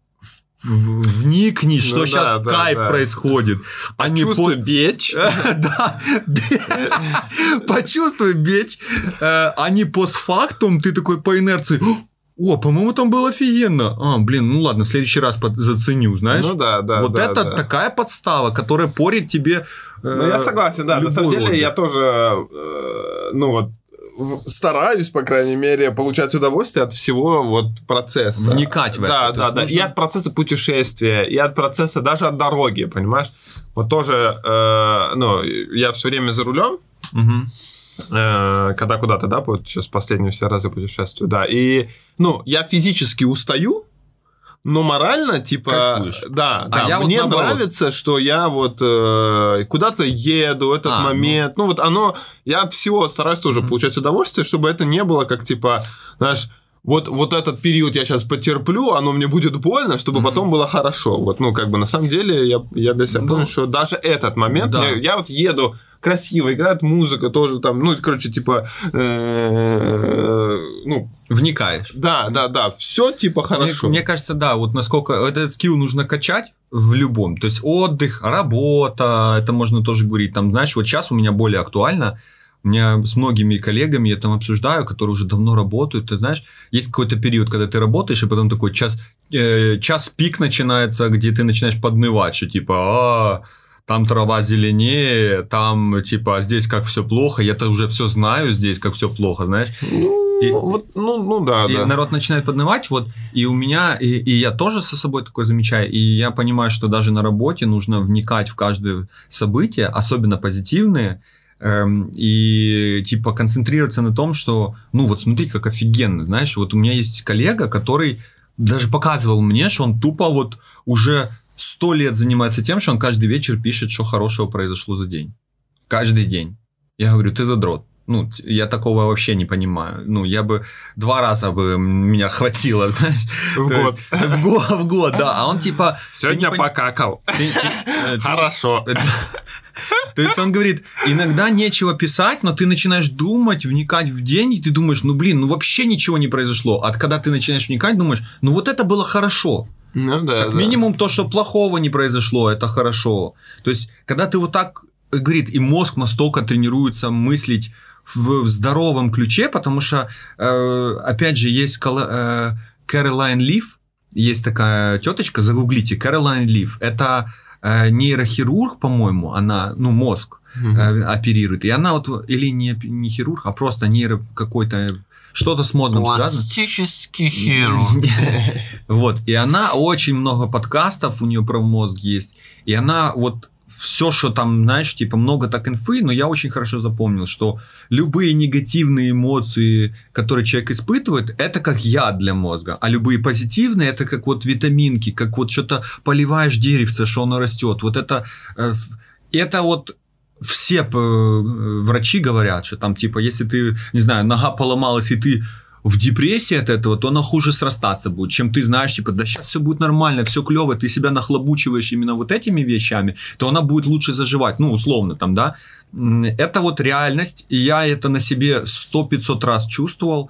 вникни, что ну, сейчас кайф происходит. Почувствуй бечь. Да, почувствуй бечь. А не постфактум, ты такой по инерции... О, по-моему, там было офигенно. Блин, ну ладно, в следующий раз заценю, знаешь? Ну да. Вот это такая подстава, которая порит тебе... Ну, я согласен, да. На самом деле, я тоже, ну вот, стараюсь, по крайней мере, получать удовольствие от всего вот процесса. Вникать в это. Да. Нужно... И от процесса путешествия, и от процесса, даже от дороги, понимаешь? Вот тоже, ну, я все время за рулем. Когда куда-то, да, вот сейчас последние все разы путешествую, да, и, ну, я физически устаю, но морально, типа, кайфуешь. Да, мне вот нравится, что я вот куда-то еду, этот момент, ну, вот оно, я от всего стараюсь тоже получать удовольствие, чтобы это не было как, типа, знаешь, вот этот период я сейчас потерплю, оно мне будет больно, чтобы потом было хорошо. Вот, ну, как бы, на самом деле, я для себя понял, что даже этот момент, я вот еду, красиво играет музыка тоже там, ну, короче, типа, ну... Вникаешь. Да, все типа хорошо. Мне кажется, да, вот насколько этот скилл нужно качать в любом, то есть отдых, работа, это можно тоже говорить, там, знаешь, вот сейчас у меня более актуально, у меня с многими коллегами я там обсуждаю, которые уже давно работают, ты знаешь, есть какой-то период, когда ты работаешь, и потом такой час пик начинается, где ты начинаешь поднывать, что типа, там трава зеленее, там, типа, здесь как все плохо, я-то уже все знаю здесь, как все плохо, знаешь. Да. И народ начинает поднывать, вот, и у меня, и я тоже со собой такое замечаю, и я понимаю, что даже на работе нужно вникать в каждое событие, особенно позитивные, и, типа, концентрироваться на том, что, ну, вот смотри, как офигенно, знаешь, вот у меня есть коллега, который даже показывал мне, что он тупо вот уже 100 лет занимается тем, что он каждый вечер пишет, что хорошего произошло за день. Каждый день. Я говорю, ты задрот. Ну, я такого вообще не понимаю. Ну, я бы 2 раза бы меня хватило, знаешь. В год, да. А он типа... Сегодня покакал. Хорошо. То есть он говорит, иногда нечего писать, но ты начинаешь думать, вникать в день, и ты думаешь, ну, блин, ну, вообще ничего не произошло. А когда ты начинаешь вникать, думаешь, ну, вот это было хорошо. Ну, да, как минимум то, что плохого не произошло, это хорошо. То есть, когда ты вот так, говорит, и мозг настолько тренируется мыслить в здоровом ключе, потому что, опять же, есть Кэролайн Лив, есть такая теточка, загуглите, Кэролайн Лив, это нейрохирург, по-моему, она, ну, мозг оперирует, и она вот, или не хирург, а просто нейро какой-то, что-то с мозгом связано. Пластический хирург. Вот, и она, очень много подкастов у нее про мозг есть, и она вот все, что там, знаешь, типа много так инфы, но я очень хорошо запомнил, что любые негативные эмоции, которые человек испытывает, это как яд для мозга, а любые позитивные, это как вот витаминки, как вот что-то поливаешь деревце, что оно растет. Вот это вот все врачи говорят, что там типа, если ты, не знаю, нога поломалась и ты в депрессии от этого, то она хуже срастаться будет, чем ты знаешь, типа, да сейчас все будет нормально, все клево, ты себя нахлобучиваешь именно вот этими вещами, то она будет лучше заживать, ну, условно там, да. Это вот реальность, и я это на себе 100-500 раз чувствовал,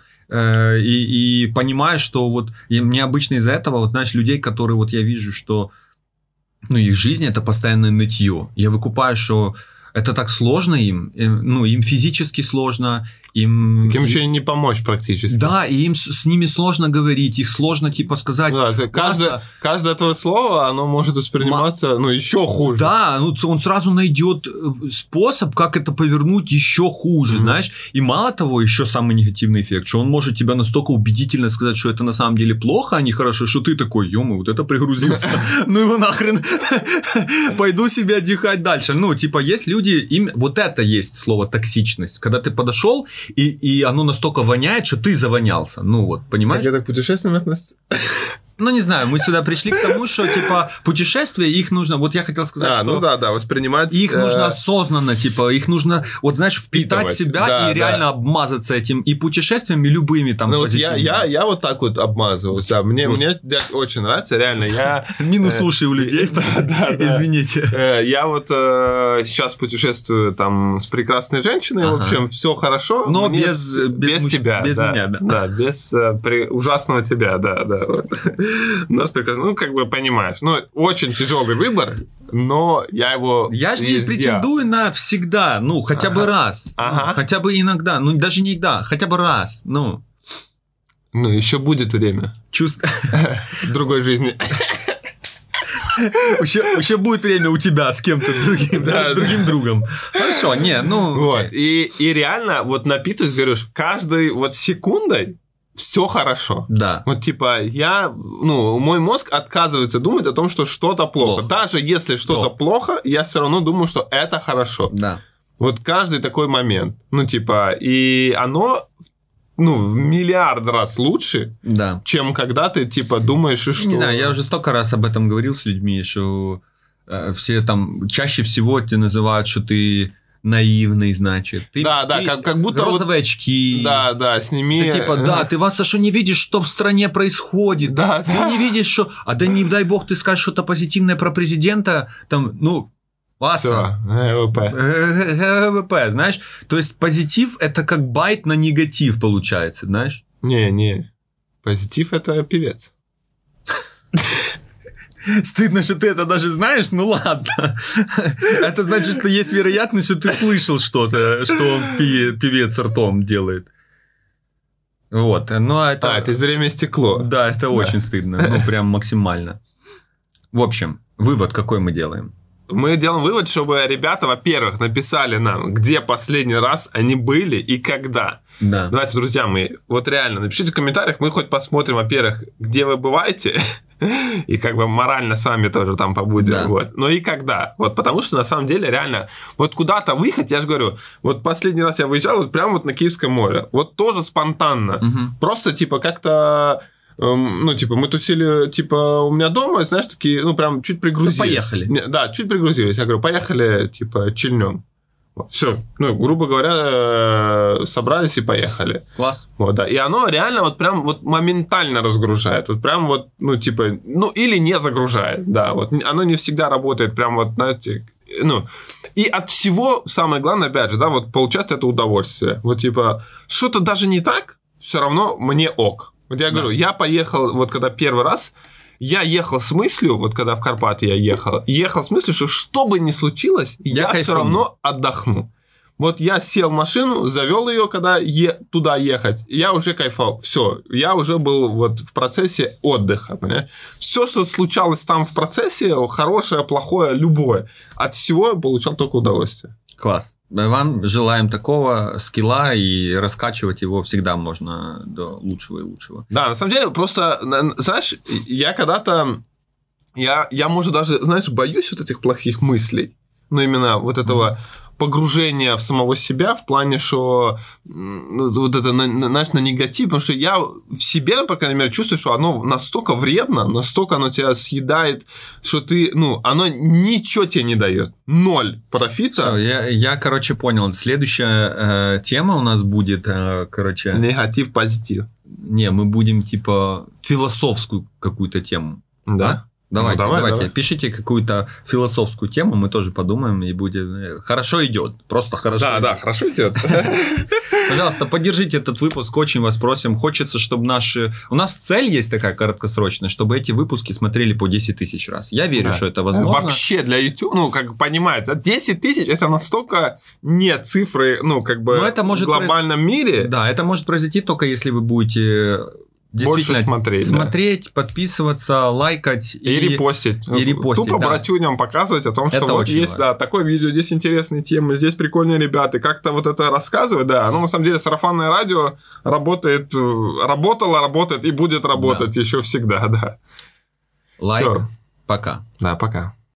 и понимаю, что вот мне обычно из-за этого, вот, знаешь, людей, которые вот я вижу, что, ну, их жизнь это постоянное нытье, я выкупаю, что это так сложно им, ну, им физически сложно, им еще и не помочь практически. Да, и им с ними сложно говорить, их сложно, типа, сказать... Да, каждое твое слово, оно может восприниматься, ну, еще хуже. Да, ну, он сразу найдет способ, как это повернуть еще хуже, знаешь. И мало того, еще самый негативный эффект, что он может тебя настолько убедительно сказать, что это на самом деле плохо, а не хорошо, что ты такой, ё-моё, вот это пригрузился, ну его нахрен, пойду себе отдыхать дальше. Ну, типа, есть люди, им вот это есть слово токсичность, когда ты подошел и оно настолько воняет, что ты завонялся. Ну вот, понимаешь? Как это к путешествиям относится? Ну, не знаю, мы сюда пришли к тому, что, типа, путешествия, их нужно... Вот я хотел сказать, что... ну да, воспринимать... Их нужно осознанно, типа, их нужно, вот, знаешь, впитать в себя да, и реально обмазаться этим и путешествиями, любыми там ну, вот я вот так вот обмазываюсь, да, мне очень нравится, реально, я... Минус уши у людей, извините. Я вот сейчас путешествую там с прекрасной женщиной, в общем, все хорошо. Но без тебя. Без меня, да. Да, без ужасного тебя, да. Нас прекрасно, ну, как бы понимаешь. Ну, очень тяжелый выбор, но я его... Я же не претендую на всегда, ну, хотя бы раз. Хотя бы иногда, ну, даже не иногда, хотя бы раз, ну. Ну, еще будет время. Другой жизни. Еще будет время у тебя с кем-то другим другом. Хорошо, не, ну... Вот, и реально, вот написываешь, говоришь, каждой вот секундой все хорошо. Да. Вот типа мой мозг отказывается думать о том, что что-то плохо. Даже если что-то плохо, я все равно думаю, что это хорошо. Да. Вот каждый такой момент. Ну, типа, и оно, в миллиард раз лучше, да, чем когда ты, типа, думаешь, и что... Не знаю, я уже столько раз об этом говорил с людьми, что все там чаще всего тебя называют, что ты... наивный, значит. Как будто розовые очки. Да, сними. Ты типа, ты, Васа, что не видишь, что в стране происходит? Да. Ты не видишь, что... да не дай бог ты скажешь что-то позитивное про президента, там, Васа. ГВП, знаешь? То есть позитив это как байт на негатив получается, знаешь? Не. Позитив это певец. Стыдно, что ты это даже знаешь, ну ладно. Это значит, что есть вероятность, что ты слышал что-то, что певец ртом делает. Вот, но это... это из «Время и стекло». Да, это очень стыдно, прям максимально. В общем, вывод какой мы делаем? Мы делаем вывод, чтобы ребята, во-первых, написали нам, где последний раз они были и когда. Да. Давайте, друзья мои, вот реально, напишите в комментариях, мы хоть посмотрим, во-первых, где вы бываете, и как бы морально с вами тоже там побудем. Да. Вот. Но и когда. Вот, потому что на самом деле реально, вот куда-то выехать, я же говорю, вот последний раз я выезжал вот прямо вот на Киевское море, вот тоже спонтанно. Угу. Просто типа как-то... ну, типа, мы тусили, типа, у меня дома, знаешь, такие, ну, прям чуть пригрузились. Поехали. Да, чуть пригрузились. Я говорю, поехали, типа, чильнем. Все, ну, грубо говоря, собрались и поехали. Класс. Вот, да. И оно реально вот прям вот моментально разгружает. Вот прям вот, ну, типа, ну, или не загружает, да. Вот оно не всегда работает прям вот, знаете, ну. И от всего, самое главное, опять же, да, вот получать это удовольствие. Вот, типа, что-то даже не так, все равно мне ок. Вот я говорю, я поехал, вот когда первый раз, я ехал с мыслью, вот когда в Карпаты я ехал с мыслью, что бы ни случилось, я все равно отдохну. Вот я сел в машину, завел ее, когда туда ехать, я уже кайфовал. Все, я уже был вот в процессе отдыха, понимаешь? Все, что случалось там в процессе, хорошее, плохое, любое, от всего я получал только удовольствие. Класс. Вам желаем такого скилла, и раскачивать его всегда можно до лучшего и лучшего. Да, на самом деле, просто, знаешь, я когда-то, я может, даже, знаешь, боюсь вот этих плохих мыслей, ну, именно вот этого погружения в самого себя в плане, что вот это, знаешь, на негатив, потому что я в себе, по крайней мере, чувствую, что оно настолько вредно, настолько оно тебя съедает, что ты, ну, оно ничего тебе не дает. Ноль профита. Всё, я, короче, понял. Следующая тема у нас будет, короче... Негатив, позитив. Не, мы будем, типа, философскую какую-то тему. Да? Давайте, ну, давай. Пишите какую-то философскую тему, мы тоже подумаем, и будет... Хорошо идет, просто хорошо. Да, хорошо идет. Пожалуйста, поддержите этот выпуск, очень вас просим. Хочется, чтобы наши... У нас цель есть такая короткосрочная, чтобы эти выпуски смотрели по 10 тысяч раз. Я верю, что это возможно. Вообще для YouTube, ну, как понимаете, 10 тысяч это настолько не цифры, ну, как бы это может в глобальном мире. Да, это может произойти только если вы будете... Больше смотреть, подписываться, лайкать и репостить. Тупо братюням показывать о том, что вот есть такое видео, здесь интересные темы, здесь прикольные ребята. Как-то вот это рассказывать, да. Оно на самом деле сарафанное радио работает и будет работать еще всегда, да. Лайк. Всё. Пока. Да, пока.